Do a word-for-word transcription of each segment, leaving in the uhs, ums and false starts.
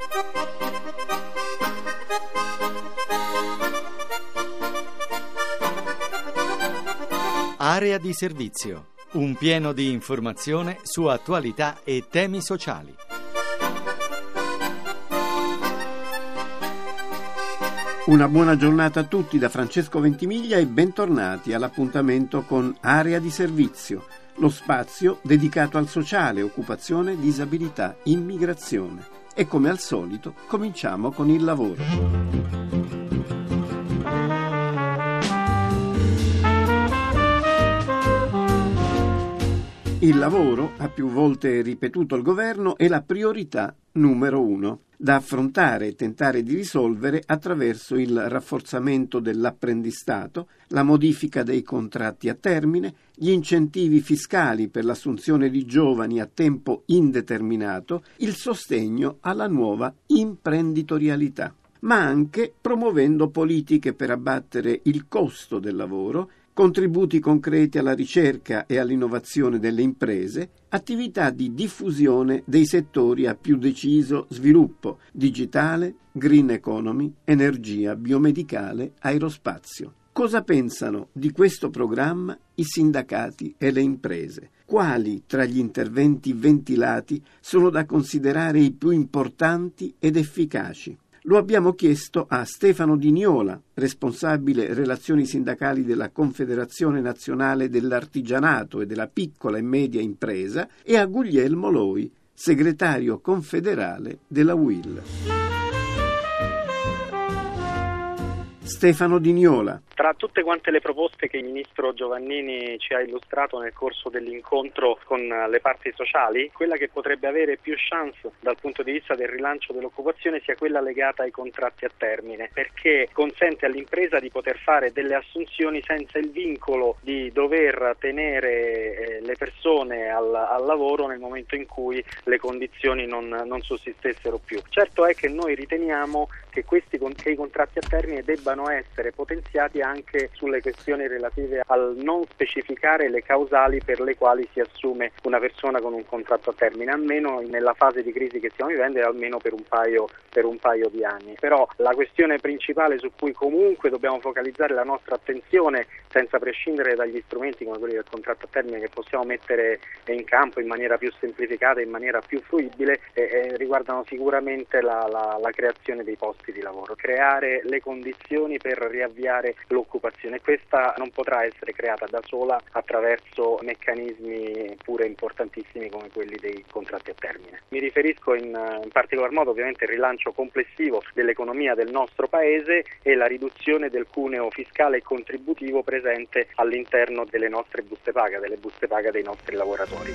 Area di servizio, un pieno di informazione su attualità e temi sociali. Una buona giornata a tutti da Francesco Ventimiglia e bentornati all'appuntamento con Area di servizio, lo spazio dedicato al sociale, occupazione, disabilità, immigrazione. E come al solito cominciamo con il lavoro. Il lavoro, ha più volte ripetuto il governo, è la priorità numero uno, da affrontare e tentare di risolvere attraverso il rafforzamento dell'apprendistato, la modifica dei contratti a termine, gli incentivi fiscali per l'assunzione di giovani a tempo indeterminato, il sostegno alla nuova imprenditorialità, ma anche promuovendo politiche per abbattere il costo del lavoro, contributi concreti alla ricerca e all'innovazione delle imprese, attività di diffusione dei settori a più deciso sviluppo, digitale, green economy, energia, biomedicale, aerospazio. Cosa pensano di questo programma i sindacati e le imprese? Quali tra gli interventi ventilati sono da considerare i più importanti ed efficaci? Lo abbiamo chiesto a Stefano Di Niola, responsabile relazioni sindacali della Confederazione Nazionale dell'Artigianato e della Piccola e Media Impresa, e a Guglielmo Loi, segretario confederale della U I L. Stefano Di Niola. Tra tutte quante le proposte che il ministro Giovannini ci ha illustrato nel corso dell'incontro con le parti sociali, quella che potrebbe avere più chance dal punto di vista del rilancio dell'occupazione sia quella legata ai contratti a termine, perché consente all'impresa di poter fare delle assunzioni senza il vincolo di dover tenere le persone al, al lavoro nel momento in cui le condizioni non, non sussistessero più. Certo è che noi riteniamo che questi che i contratti a termine debbano essere potenziati anche sulle questioni relative al non specificare le causali per le quali si assume una persona con un contratto a termine, almeno nella fase di crisi che stiamo vivendo e almeno per un paio per un paio di anni. Però la questione principale su cui comunque dobbiamo focalizzare la nostra attenzione, senza prescindere dagli strumenti come quelli del contratto a termine che possiamo mettere in campo in maniera più semplificata, in maniera più fruibile, eh, eh, riguardano sicuramente la, la, la creazione dei posti di lavoro, creare le condizioni per riavviare l'occupazione. Questa non potrà essere creata da sola attraverso meccanismi pure importantissimi come quelli dei contratti a termine. Mi riferisco in, in particolar modo ovviamente al rilancio complessivo dell'economia del nostro paese e la riduzione del cuneo fiscale e contributivo presente all'interno delle nostre buste paga, delle buste paga dei nostri lavoratori.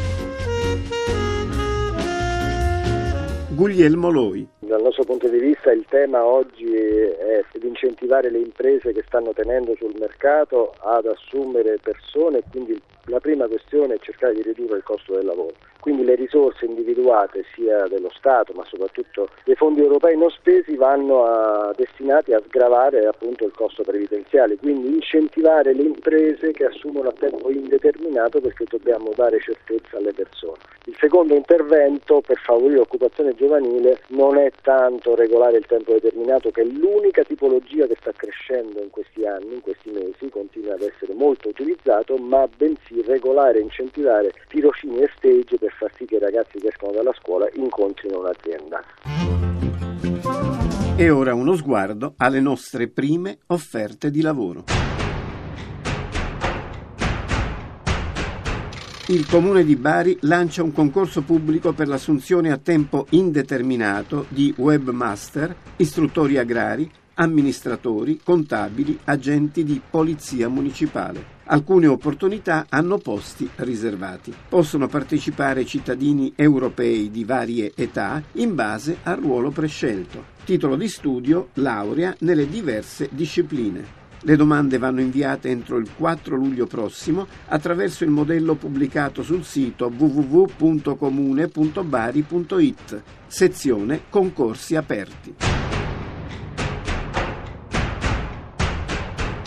Guglielmo Loi. Dal nostro punto di vista il tema oggi è di incentivare le imprese che stanno tenendo sul mercato ad assumere persone, e quindi la prima questione è cercare di ridurre il costo del lavoro. Quindi le risorse individuate sia dello Stato ma soprattutto dei fondi europei non spesi vanno a, destinati a sgravare appunto il costo previdenziale, quindi incentivare le imprese che assumono a tempo indeterminato, perché dobbiamo dare certezza alle persone. Il secondo intervento per favorire l'occupazione giovanile non è tanto regolare il tempo determinato, che è l'unica tipologia che sta crescendo in questi anni, in questi mesi, continua ad essere molto utilizzato, ma bensì regolare e incentivare tirocini e stage per far sì che i ragazzi che escono dalla scuola incontrino un'azienda. E ora uno sguardo alle nostre prime offerte di lavoro. Il Comune di Bari lancia un concorso pubblico per l'assunzione a tempo indeterminato di webmaster, istruttori agrari, amministratori, contabili, agenti di polizia municipale. Alcune opportunità hanno posti riservati. Possono partecipare cittadini europei di varie età in base al ruolo prescelto. Titolo di studio, laurea nelle diverse discipline. Le domande vanno inviate entro il quattro luglio prossimo attraverso il modello pubblicato sul sito w w w punto comune punto bari punto i t, sezione concorsi aperti.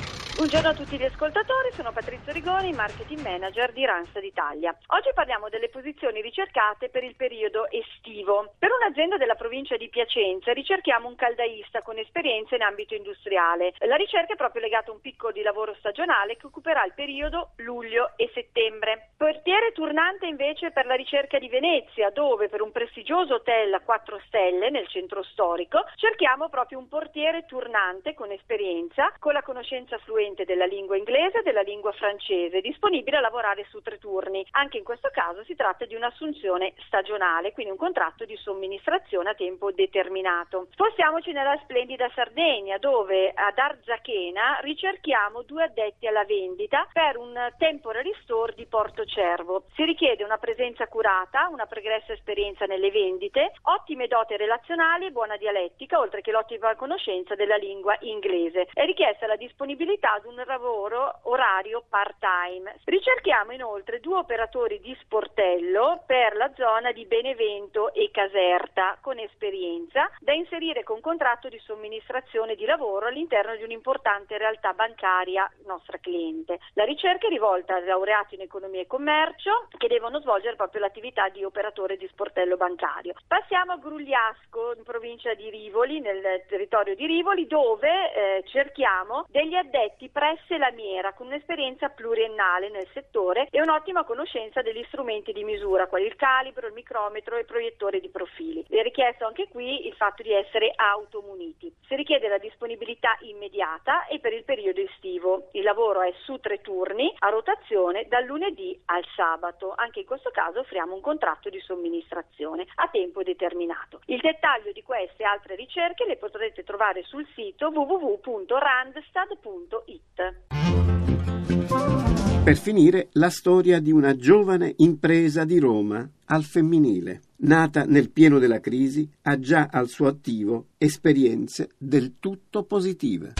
Buongiorno a tutti gli ascoltatori, sono Patrizio Rigoni, Marketing Manager di Randstad Italia. Oggi parliamo delle posizioni ricercate per il periodo estivo. Per un'azienda della provincia di Piacenza ricerchiamo un caldaista con esperienza in ambito industriale. La ricerca è proprio legata a un picco di lavoro stagionale che occuperà il periodo luglio e settembre. Portiere turnante invece per la ricerca di Venezia, dove per un prestigioso hotel a quattro stelle nel centro storico cerchiamo proprio un portiere turnante con esperienza, con la conoscenza fluente della lingua inglese e della lingua francese, disponibile a lavorare su tre turni. Anche in questo caso si tratta di un'assunzione stagionale, quindi un contratto di somministrazione a tempo determinato. Spostiamoci nella splendida Sardegna, dove ad Arzachena ricerchiamo due addetti alla vendita per un temporary store di Porto Cervo. Si richiede una presenza curata, una pregressa esperienza nelle vendite, ottime doti relazionali e buona dialettica, oltre che l'ottima conoscenza della lingua inglese. È richiesta la disponibilità ad un lavoro orario part-time. Ricerchiamo inoltre due operatori di sportello per la zona di Benevento e Caserta con esperienza da inserire con contratto di somministrazione di lavoro all'interno di un'importante realtà bancaria nostra cliente. La ricerca è rivolta a laureati in economia e commercio che devono svolgere proprio l'attività di operatore di sportello bancario. Passiamo a Grugliasco, in provincia di Rivoli, nel territorio di Rivoli, dove eh, cerchiamo degli addetti presse lamiera con un'esperienza pluriennale nel settore e un'ottima conoscenza degli strumenti di misura, quali il calibro, il micrometro e il proiettore di profili. È richiesto anche qui il fatto di essere automuniti. Si richiede la disponibilità immediata e per il periodo estivo. Il lavoro è su tre turni a rotazione dal lunedì al sabato. Anche in questo caso offriamo un contratto di somministrazione a tempo determinato. Il dettaglio di queste e altre ricerche le potrete trovare sul sito w w w punto randstad punto it. Per finire, la storia di una giovane impresa di Roma al femminile. Nata nel pieno della crisi, ha già al suo attivo esperienze del tutto positive.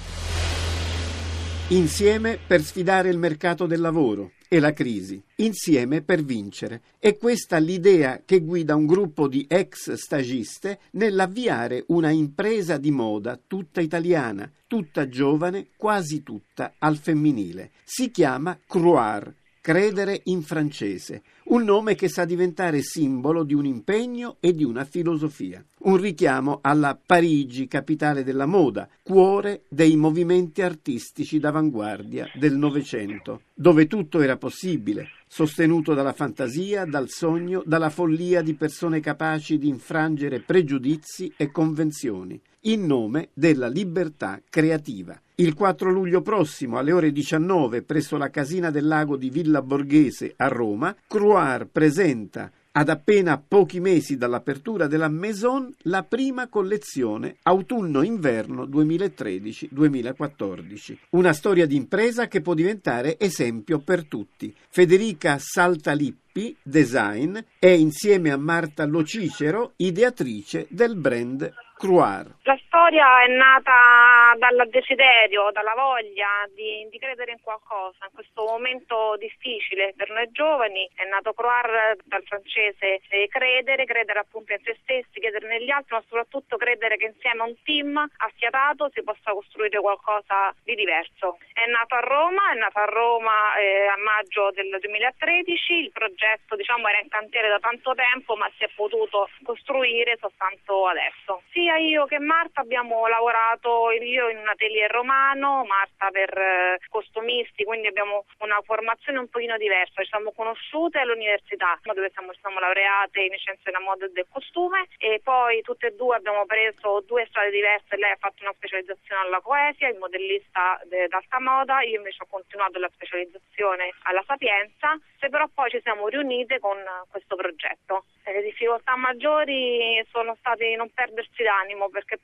Insieme per sfidare il mercato del lavoro e la crisi, insieme per vincere. È questa l'idea che guida un gruppo di ex stagiste nell'avviare una impresa di moda tutta italiana, tutta giovane, quasi tutta al femminile. Si chiama Croire, credere in francese, un nome che sa diventare simbolo di un impegno e di una filosofia. Un richiamo alla Parigi, capitale della moda, cuore dei movimenti artistici d'avanguardia del Novecento, dove tutto era possibile, sostenuto dalla fantasia, dal sogno, dalla follia di persone capaci di infrangere pregiudizi e convenzioni, in nome della libertà creativa. Il quattro luglio prossimo, alle ore diciannove, presso la Casina del Lago di Villa Borghese a Roma, Croire presenta, ad appena pochi mesi dall'apertura della Maison, la prima collezione autunno-inverno duemilatredici duemilaquattordici. Una storia di impresa che può diventare esempio per tutti. Federica Saltalippi, design, è insieme a Marta Locicero ideatrice del brand Croire. La storia è nata dal desiderio, dalla voglia di, di credere in qualcosa. In questo momento difficile per noi giovani è nato Croire dal francese eh, credere, credere appunto in se stessi, credere negli altri, ma soprattutto credere che insieme a un team affiatato si possa costruire qualcosa di diverso. È nato a Roma, è nato a Roma eh, a maggio del duemilatredici, il progetto diciamo era in cantiere da tanto tempo ma si è potuto costruire soltanto adesso. Sia io che Marta abbiamo lavorato, io in un atelier romano, Marta per eh, costumisti, quindi abbiamo una formazione un pochino diversa. Ci siamo conosciute all'università dove siamo, siamo laureate in scienze della moda e del costume e poi tutte e due abbiamo preso due strade diverse. Lei ha fatto una specializzazione alla Coesia, il modellista d'alta moda, io invece ho continuato la specializzazione alla Sapienza, se però poi ci siamo riunite con questo progetto. Le difficoltà maggiori sono state non perdersi d'animo, perché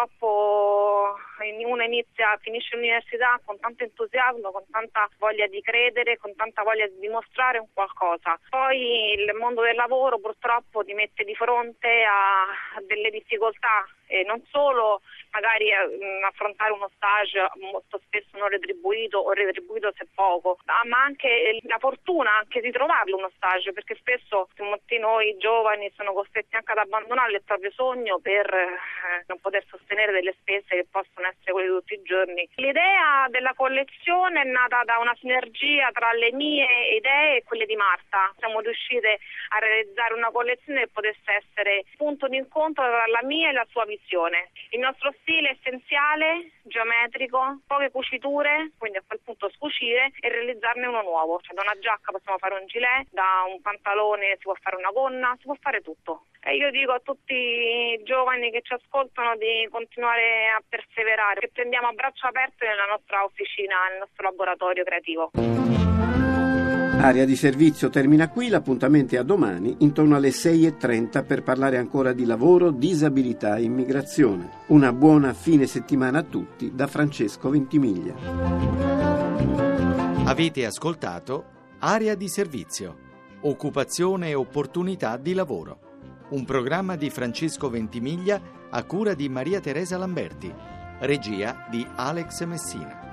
purtroppo uno inizia, finisce l'università con tanto entusiasmo, con tanta voglia di credere, con tanta voglia di dimostrare un qualcosa. Poi il mondo del lavoro purtroppo ti mette di fronte a delle difficoltà, e non solo magari mh, affrontare uno stage molto spesso non retribuito o retribuito se poco, ma anche la fortuna anche di trovarlo uno stage, perché spesso molti noi giovani sono costretti anche ad abbandonare il proprio sogno per eh, non poter sostenere delle spese che possono essere quelle di tutti i giorni. L'idea della collezione è nata da una sinergia tra le mie idee e quelle di Marta. Siamo riuscite a realizzare una collezione che potesse essere punto di incontro tra la mia e la sua visione. Il nostro stile è essenziale, geometrico, poche cuciture, quindi a quel punto scucire e realizzarne uno nuovo. Cioè da una giacca possiamo fare un gilet, da un pantalone si può fare una gonna, si può fare tutto. E io dico a tutti i giovani che ci ascoltano di continuare a perseverare, che prendiamo a braccio aperto nella nostra officina, nel nostro laboratorio creativo. Area di servizio termina qui, l'appuntamento è a domani intorno alle sei e trenta per parlare ancora di lavoro, disabilità e immigrazione. Una buona fine settimana a tutti da Francesco Ventimiglia. Avete ascoltato Area di servizio, occupazione e opportunità di lavoro. Un programma di Francesco Ventimiglia a cura di Maria Teresa Lamberti, regia di Alex Messina.